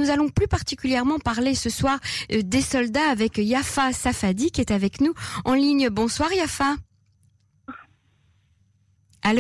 nous allons plus particulièrement parler ce soir des soldats avec Yafa Safadi qui est avec nous en ligne. Bonsoir Yafa. Allô ?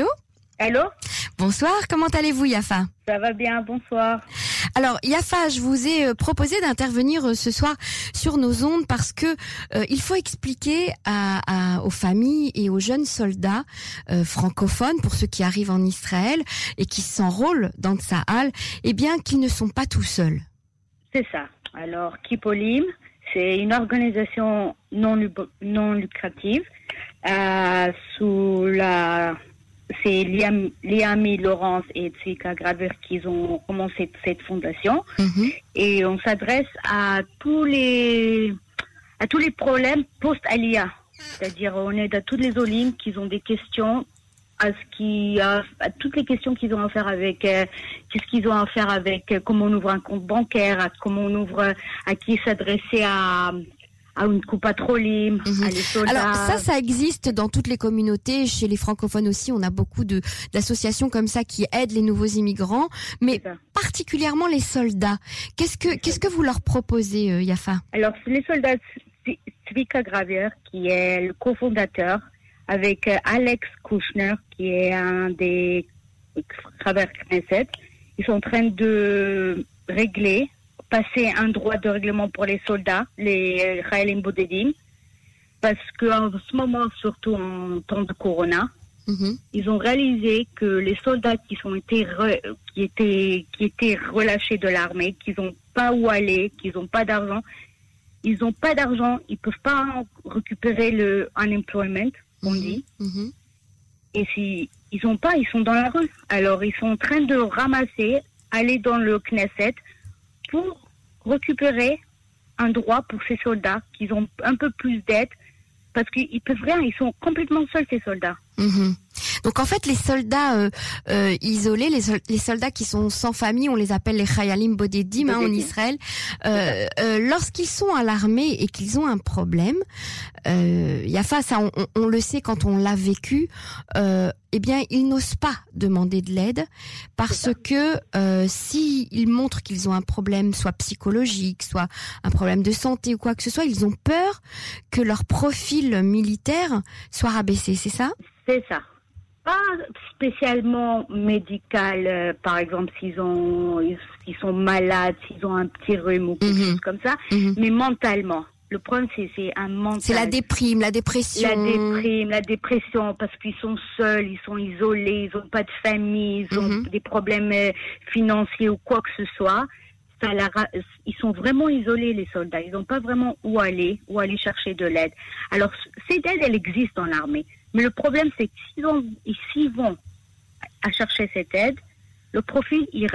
Allô ? Bonsoir, comment allez-vous Yafa ? Ça va bien, bonsoir. Alors Yafa, je vous ai proposé d'intervenir ce soir sur nos ondes parce que il faut expliquer aux familles et aux jeunes soldats francophones, pour ceux qui arrivent en Israël et qui s'enrôlent dans Tsahal, eh bien qu'ils ne sont pas tout seuls. C'est ça. Alors Kipolim, c'est une organisation non lucrative sous la... C'est Liami Laurence et Tsika Graver qui ont commencé cette fondation. Et on s'adresse à tous les problèmes post-Aliyah. C'est-à-dire, on aide à tous les Olim qui ont des questions à toutes les questions qu'ils ont à faire avec qu'est-ce qu'ils ont à faire avec comment on ouvre un compte bancaire, à qui s'adresser à une coupe à trolim, à les soldats. Alors ça existe dans toutes les communautés, chez les francophones aussi, on a beaucoup d'associations comme ça qui aident les nouveaux immigrants, mais particulièrement les soldats. Qu'est-ce que vous leur proposez, Yafa ? Alors les soldats, Zvika Gravier, qui est le cofondateur, avec Alex Kushner, qui est un des Gravier Knesset, ils sont en train de passer un droit de règlement pour les soldats, les Chayalim Bodedim, parce qu'en ce moment, surtout en temps de Corona, ils ont réalisé que les soldats qui étaient relâchés de l'armée, qu'ils n'ont pas où aller, qu'ils n'ont pas d'argent, ils peuvent pas récupérer le unemployment, on dit. Et si ils sont dans la rue. Alors ils sont en train de ramasser, aller dans le Knesset pour récupérer un droit pour ces soldats qui ont un peu plus d'aide parce qu'ils peuvent rien, ils sont complètement seuls ces soldats. Donc en fait les soldats isolés, les soldats qui sont sans famille, on les appelle les Chayalim Bodedim en Israël, lorsqu'ils sont à l'armée et qu'ils ont un problème, Yafa, ça on le sait quand on l'a vécu, eh bien ils n'osent pas demander de l'aide parce que s'ils montrent qu'ils ont un problème soit psychologique, soit un problème de santé ou quoi que ce soit, ils ont peur que leur profil militaire soit rabaissé, c'est ça ? C'est ça. Pas spécialement médical, par exemple s'ils sont malades, s'ils ont un petit rhume ou quelque chose comme ça, mais mentalement. Le problème c'est un mental. C'est la déprime, la dépression. La dépression parce qu'ils sont seuls, ils sont isolés, ils n'ont pas de famille, ils ont des problèmes financiers ou quoi que ce soit. Ils sont vraiment isolés les soldats, ils n'ont pas vraiment où aller chercher de l'aide. Alors cette aide elle existe dans l'armée. Mais le problème, c'est que s'ils vont à chercher cette aide, le profil, il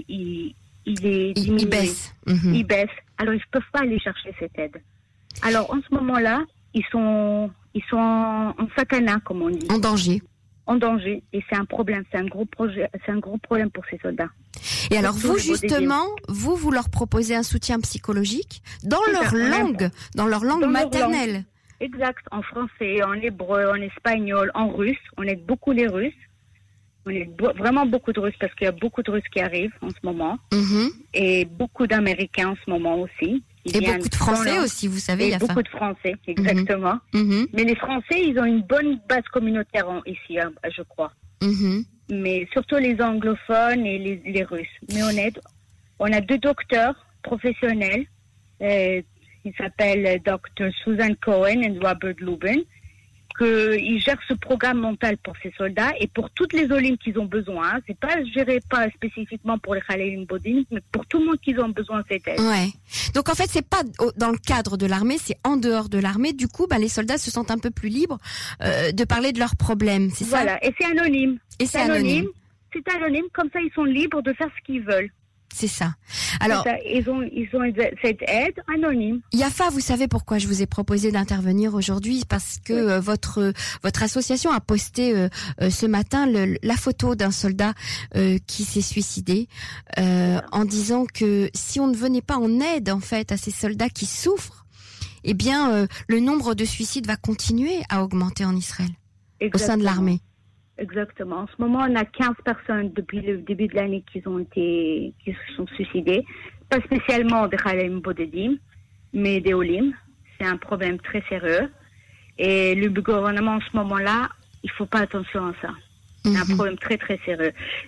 est diminué. Il baisse. Il baisse. Alors, ils ne peuvent pas aller chercher cette aide. Alors, en ce moment-là, ils sont en sakana, comme on dit. En danger. En danger. Et c'est un problème. C'est un gros problème pour ces soldats. Et alors, vous, justement, vous leur proposez un soutien psychologique dans leur langue maternelle. Exact, en français, en hébreu, en espagnol, en russe. On aide beaucoup les Russes. On aide vraiment beaucoup de Russes parce qu'il y a beaucoup de Russes qui arrivent en ce moment. Et beaucoup d'Américains en ce moment aussi. Et beaucoup de Français aussi, vous savez. Et beaucoup de Français, exactement. Mais les Français, ils ont une bonne base communautaire ici, je crois. Mais surtout les anglophones et les Russes. Mais on a 2 docteurs professionnels. Il s'appelle Dr. Susan Cohen et Robert Lubin, qu'ils gèrent ce programme mental pour ces soldats et pour toutes les Olim qu'ils ont besoin. C'est pas géré pas spécifiquement pour les Chayalim Bodedim, mais pour tout le monde qui ont besoin de cette aide. Ouais. Donc en fait, c'est pas dans le cadre de l'armée, c'est en dehors de l'armée. Du coup, les soldats se sentent un peu plus libres de parler de leurs problèmes, c'est ça ? Voilà, et c'est anonyme. C'est anonyme, comme ça ils sont libres de faire ce qu'ils veulent. C'est ça. Alors, ils ont cette aide anonyme. Yafa, vous savez pourquoi je vous ai proposé d'intervenir aujourd'hui ? Parce que votre association a posté ce matin la photo d'un soldat qui s'est suicidé en disant que si on ne venait pas en aide en fait à ces soldats qui souffrent, eh bien le nombre de suicides va continuer à augmenter en Israël. Exactement. Au sein de l'armée. Exactement. En ce moment, on a 15 personnes depuis le début de l'année qui se sont suicidées. pas spécialement des Khayalim Bodedim, mais des Olim. C'est un problème très sérieux. Et le gouvernement, en ce moment-là, il faut pas attention à ça. C'est un problème très, très sérieux.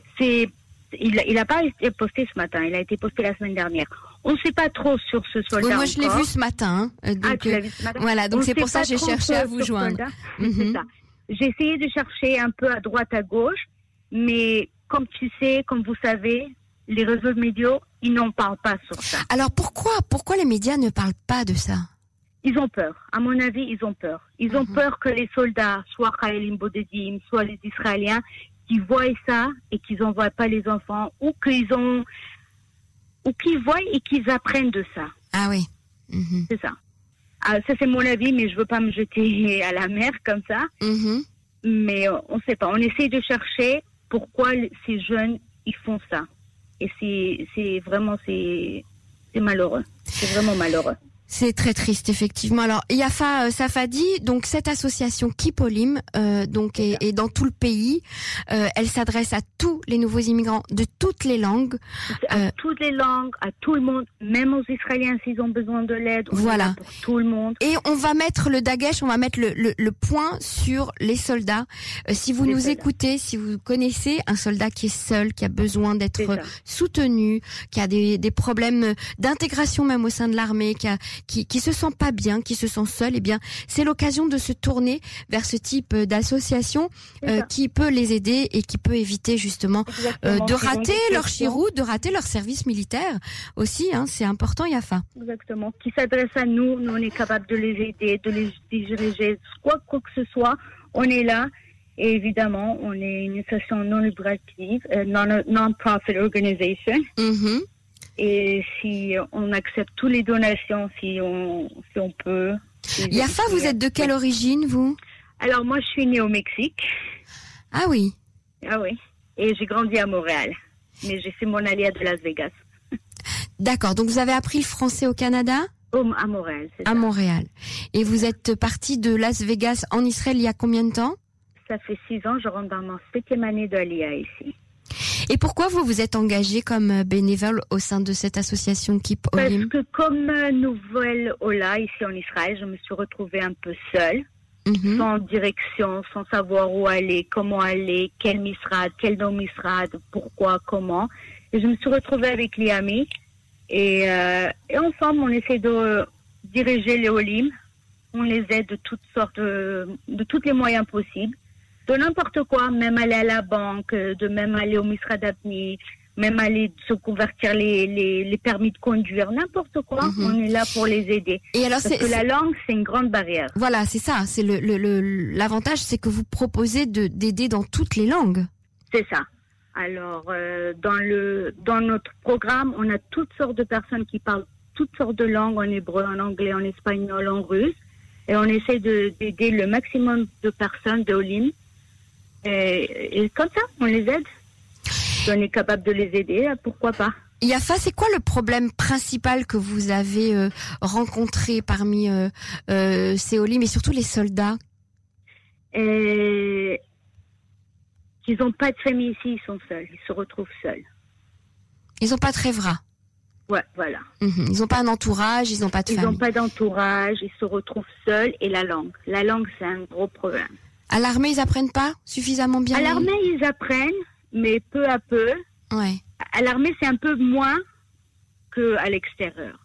Il n'a pas été posté ce matin, il a été posté la semaine dernière. On ne sait pas trop sur ce soldat. Moi, je l'ai vu ce matin. Donc, tu l'as vu ce matin. Voilà, donc c'est pour ça que j'ai cherché à vous joindre. C'est ça. J'ai essayé de chercher un peu à droite, à gauche, mais comme tu sais, comme vous savez, les réseaux médias, ils n'en parlent pas sur ça. Alors pourquoi les médias ne parlent pas de ça? Ils ont peur. À mon avis, ils ont peur. Ils ont peur que les soldats, soit Khayalim Bodedim, soit les Israéliens, qui voient ça et qu'ils n'envoient pas les enfants, ou qu'ils voient et qu'ils apprennent de ça. Ah oui. C'est ça. Ça, c'est mon avis, mais je veux pas me jeter à la mer comme ça. Mais on sait pas. On essaie de chercher pourquoi ces jeunes, ils font ça. Et c'est vraiment, c'est malheureux. C'est vraiment malheureux. C'est très triste, effectivement. Alors, Yafa Safadi, donc cette association Keep Olim, donc est dans tout le pays. Elle s'adresse à tous les nouveaux immigrants de toutes les langues. À toutes les langues, à tout le monde, même aux Israéliens s'ils ont besoin de l'aide. Voilà. Pour tout le monde. Et on va mettre le dagesh, on va mettre le point sur les soldats. Si vous nous écoutez, si vous connaissez un soldat qui est seul, qui a besoin d'être soutenu, qui a des problèmes d'intégration même au sein de l'armée, qui se sent pas bien, qui se sent seul, eh bien, c'est l'occasion de se tourner vers ce type d'association qui peut les aider et qui peut éviter justement de rater leur chiroute, de rater leur service militaire aussi. Hein, c'est important, Yafa. Exactement. Qui s'adresse à nous, on est capable de les aider, de les diriger, quoi que ce soit, on est là. Et évidemment, on est une association non lucrative, non-profit organization. Et si on accepte toutes les donations, si on peut. Yafa, vous êtes de quelle origine, vous? Alors, moi, je suis née au Mexique. Ah oui. Ah oui. Et j'ai grandi à Montréal. Mais j'ai fait mon alia de Las Vegas. D'accord. Donc, vous avez appris le français au Canada? À Montréal, c'est ça. À Montréal. Et vous êtes partie de Las Vegas en Israël il y a combien de temps? Ça fait 6 ans. Je rentre dans ma 7e année d'Alia ici. Et pourquoi vous vous êtes engagé comme bénévole au sein de cette association Keep Olim? Parce que comme nouvelle Ola ici en Israël, je me suis retrouvée un peu seule, sans direction, sans savoir où aller, comment aller, quel misrad, quel nom misrad, pourquoi, comment. Et je me suis retrouvée avec les amis et ensemble on essaie de diriger les Olim. On les aide de toutes sortes, de tous les moyens possibles. De n'importe quoi, même aller à la banque, de même aller au Misrad Apni, même aller se convertir les permis de conduire, n'importe quoi, on est là pour les aider. Et alors, parce que la langue, c'est une grande barrière. Voilà, c'est ça. C'est l'avantage, c'est que vous proposez d'aider dans toutes les langues. C'est ça. Alors, dans notre programme, on a toutes sortes de personnes qui parlent toutes sortes de langues, en hébreu, en anglais, en espagnol, en russe, et on essaie d'aider le maximum de personnes de Olim. Et comme ça, on les aide. Si on est capable de les aider, pourquoi pas. Yafa, c'est quoi le problème principal que vous avez rencontré parmi ces Olim et surtout les soldats? Ils n'ont pas de famille ici, ils sont seuls. Ils se retrouvent seuls. Ils n'ont pas de rêvera. Ouais, voilà. Ils n'ont pas un entourage, ils n'ont pas de famille. Ils n'ont pas d'entourage, ils se retrouvent seuls. Et la langue. La langue, c'est un gros problème. À l'armée, ils apprennent pas suffisamment bien? À l'armée, ils apprennent, mais peu à peu. Ouais. À l'armée, c'est un peu moins qu'à l'extérieur.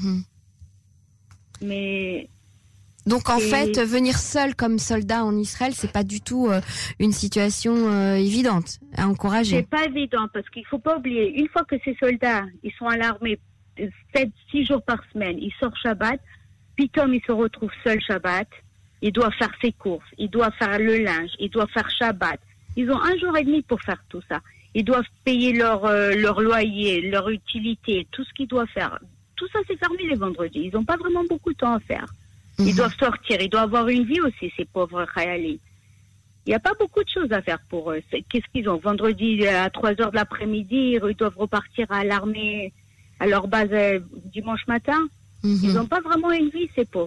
Mais... Donc en fait, venir seul comme soldat en Israël, c'est pas du tout une situation évidente à encourager. C'est pas évident parce qu'il faut pas oublier, une fois que ces soldats, ils sont à l'armée 7-6 jours par semaine, ils sortent Shabbat, puis comme ils se retrouvent seuls Shabbat, ils doivent faire ses courses, ils doivent faire le linge, ils doivent faire Shabbat. Ils ont 1 jour et demi pour faire tout ça. Ils doivent payer leur loyer, leur utilité, tout ce qu'ils doivent faire. Tout ça, c'est fermé les vendredis. Ils n'ont pas vraiment beaucoup de temps à faire. Ils doivent sortir, ils doivent avoir une vie aussi, ces pauvres Khayalim. Il n'y a pas beaucoup de choses à faire pour eux. Qu'est-ce qu'ils ont? Vendredi à 3 heures de l'après-midi, ils doivent repartir à l'armée, à leur base dimanche matin. Ils n'ont pas vraiment une vie, ces pauvres.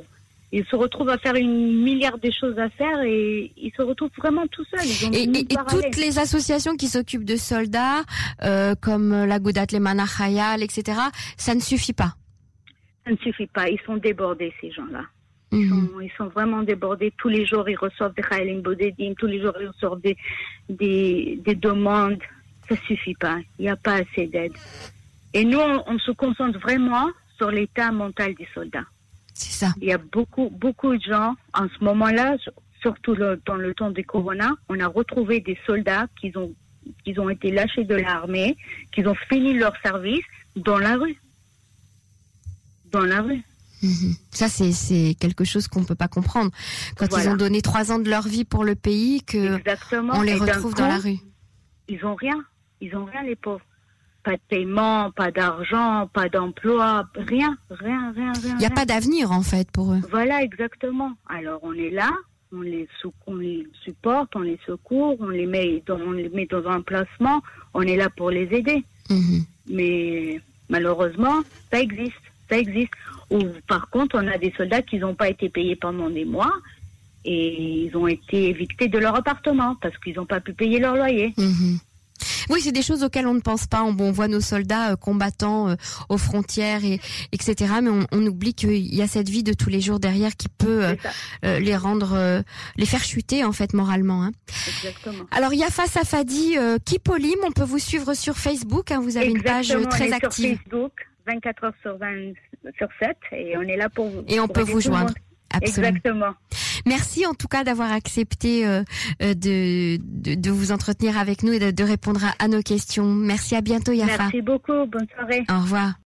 Ils se retrouvent à faire une milliard de choses à faire et ils se retrouvent vraiment tout seuls. Et toutes les associations qui s'occupent de soldats, comme la Goudat Lemana Khayal, etc., ça ne suffit pas. Ça ne suffit pas. Ils sont débordés, ces gens-là. Ils sont vraiment débordés. Tous les jours, ils reçoivent des Khayalim Bodedim. Tous les jours, ils reçoivent des demandes. Ça suffit pas. Il n'y a pas assez d'aide. Et nous, on se concentre vraiment sur l'état mental des soldats. C'est ça. Il y a beaucoup de gens, en ce moment-là, surtout dans le temps du Corona, on a retrouvé des soldats qui ont été lâchés de l'armée, qui ont fini leur service dans la rue. Dans la rue. Ça, c'est quelque chose qu'on ne peut pas comprendre. Quand ils ont donné 3 ans de leur vie pour le pays, on les retrouve dans la rue. Ils ont rien, les pauvres. Pas de paiement, pas d'argent, pas d'emploi, rien. Il n'y a pas d'avenir, en fait, pour eux. Voilà, exactement. Alors, on est là, on les supporte, on les secourt, on les met dans un placement, on est là pour les aider. Mais malheureusement, ça existe. Ou par contre, on a des soldats qui n'ont pas été payés pendant des mois et ils ont été évictés de leur appartement parce qu'ils n'ont pas pu payer leur loyer. Oui, c'est des choses auxquelles on ne pense pas. On voit nos soldats combattants aux frontières, etc. Mais on oublie qu'il y a cette vie de tous les jours derrière qui peut les faire chuter en fait moralement. Hein. Exactement. Alors Yafa Safadi, Kipolim, on peut vous suivre sur Facebook. Hein, vous avez une page très active. Sur Facebook, 24 heures sur 7, et on est là pour vous. Et on peut vous joindre. Absolument. Exactement. Merci en tout cas d'avoir accepté de vous entretenir avec nous et de répondre à nos questions. Merci, à bientôt Yafa. Merci beaucoup, bonne soirée. Au revoir.